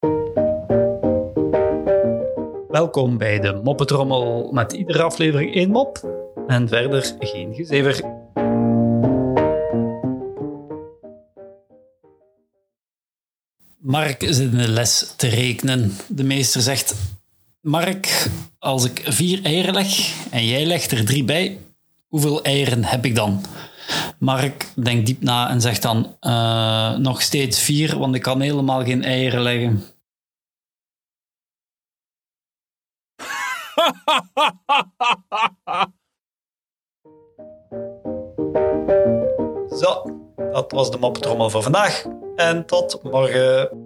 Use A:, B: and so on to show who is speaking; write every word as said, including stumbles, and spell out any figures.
A: Welkom bij de Moppetrommel met iedere aflevering één mop en verder geen gezever. Mark zit in de les te rekenen. De meester zegt: Mark, als ik vier eieren leg en jij legt er drie bij, hoeveel eieren heb ik dan? Mark denkt diep na en zegt dan: uh, nog steeds vier, want ik kan helemaal geen eieren leggen. Zo, dat was de moppetrommel voor vandaag. En tot morgen.